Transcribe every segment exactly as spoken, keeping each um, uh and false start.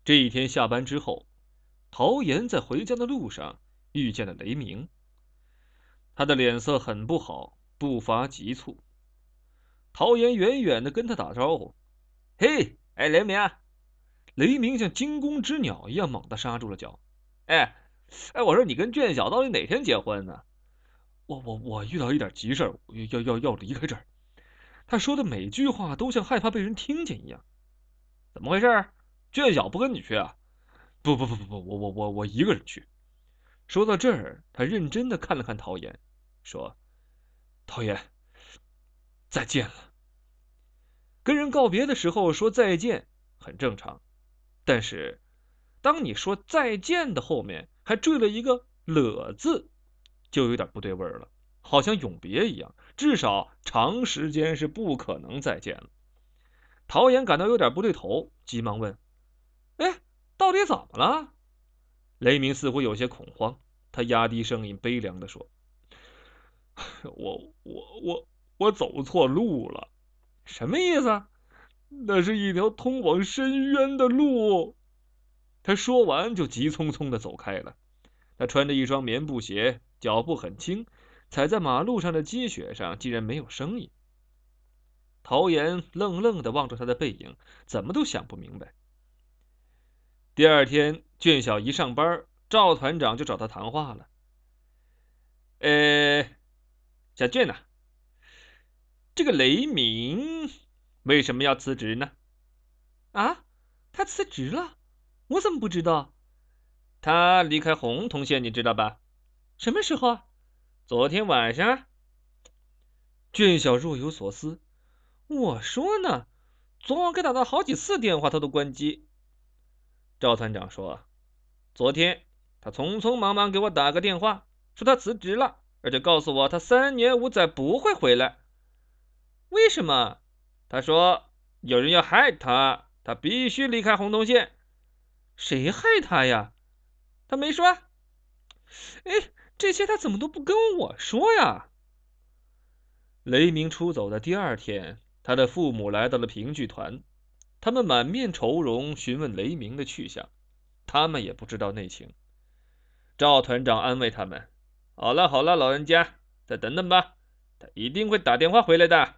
这一天下班之后，陶岩在回家的路上遇见了雷鸣，他的脸色很不好，步伐急促。陶岩远远的跟他打招呼：“嘿，哎，雷鸣啊！”雷鸣像惊弓之鸟一样猛地刹住了脚。“哎，哎，我说你跟卷小到底哪天结婚呢？”“我我我遇到一点急事儿，要要要离开这儿。”他说的每句话都像害怕被人听见一样。“怎么回事？卷小不跟你去啊？”“不不不不不，我我我我一个人去。”说到这儿，他认真的看了看陶岩，说：“陶岩，再见了。”跟人告别的时候说再见很正常，但是当你说再见的后面还缀了一个了字，就有点不对味儿了，好像永别一样，至少长时间是不可能再见了。陶岩感到有点不对头，急忙问：“哎，到底怎么了？”雷鸣似乎有些恐慌，他压低声音，悲凉地说：“我我我我走错路了。”“什么意思？”“那是一条通往深渊的路。”他说完就急匆匆地走开了。他穿着一双棉布鞋，脚步很轻，踩在马路上的积雪上竟然没有声音。陶岩愣愣地望着他的背影，怎么都想不明白。第二天，卷小一上班，赵团长就找他谈话了。“呃，小卷呐，这个雷鸣为什么要辞职呢？”“啊，他辞职了？我怎么不知道？”“他离开红铜县，你知道吧？”“什么时候？”“昨天晚上。”卷小若有所思。“我说呢，昨晚给打了好几次电话，他都关机。”赵团长说：“昨天他匆匆忙忙给我打个电话，说他辞职了，而且告诉我他三年五载不会回来。”“为什么？”“他说有人要害他，他必须离开红铜县。”“谁害他呀？”“他没说。”“哎，这些他怎么都不跟我说呀？”雷鸣出走的第二天，他的父母来到了评剧团，他们满面愁容，询问雷鸣的去向。他们也不知道内情。赵团长安慰他们：“好了好了，老人家，再等等吧，他一定会打电话回来的。”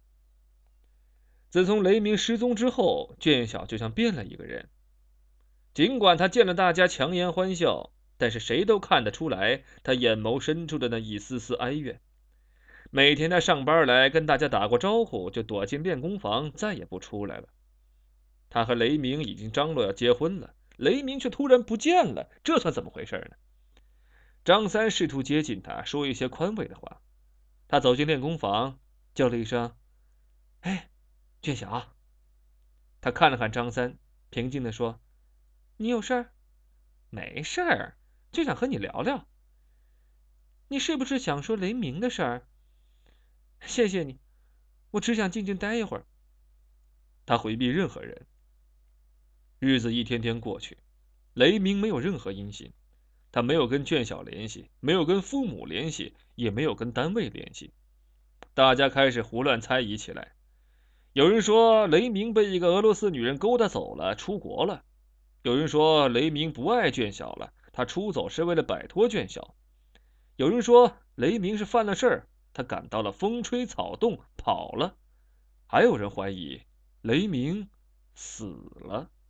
自从雷鸣失踪之后，卷小就像变了一个人。尽管他见了大家强颜欢笑，但是谁都看得出来他眼眸深处的那一丝丝哀怨。每天他上班来跟大家打过招呼，就躲进练功房，再也不出来了。他和雷鸣已经张罗要结婚了，雷鸣却突然不见了，这算怎么回事呢？张三试图接近他，说一些宽慰的话。他走进练功房，叫了一声：“哎，卷小。”他看了看张三，平静地说：“你有事儿？”“没事儿，就想和你聊聊。”“你是不是想说雷鸣的事儿？”“谢谢你，我只想静静待一会儿。”他回避任何人。日子一天天过去，雷鸣没有任何音信，他没有跟卷小联系，没有跟父母联系，也没有跟单位联系。大家开始胡乱猜疑起来。有人说雷鸣被一个俄罗斯女人勾搭走了，出国了；有人说雷鸣不爱卷小了，他出走是为了摆脱卷小；有人说雷鸣是犯了事儿，他感到了风吹草动跑了；还有人怀疑雷鸣死了。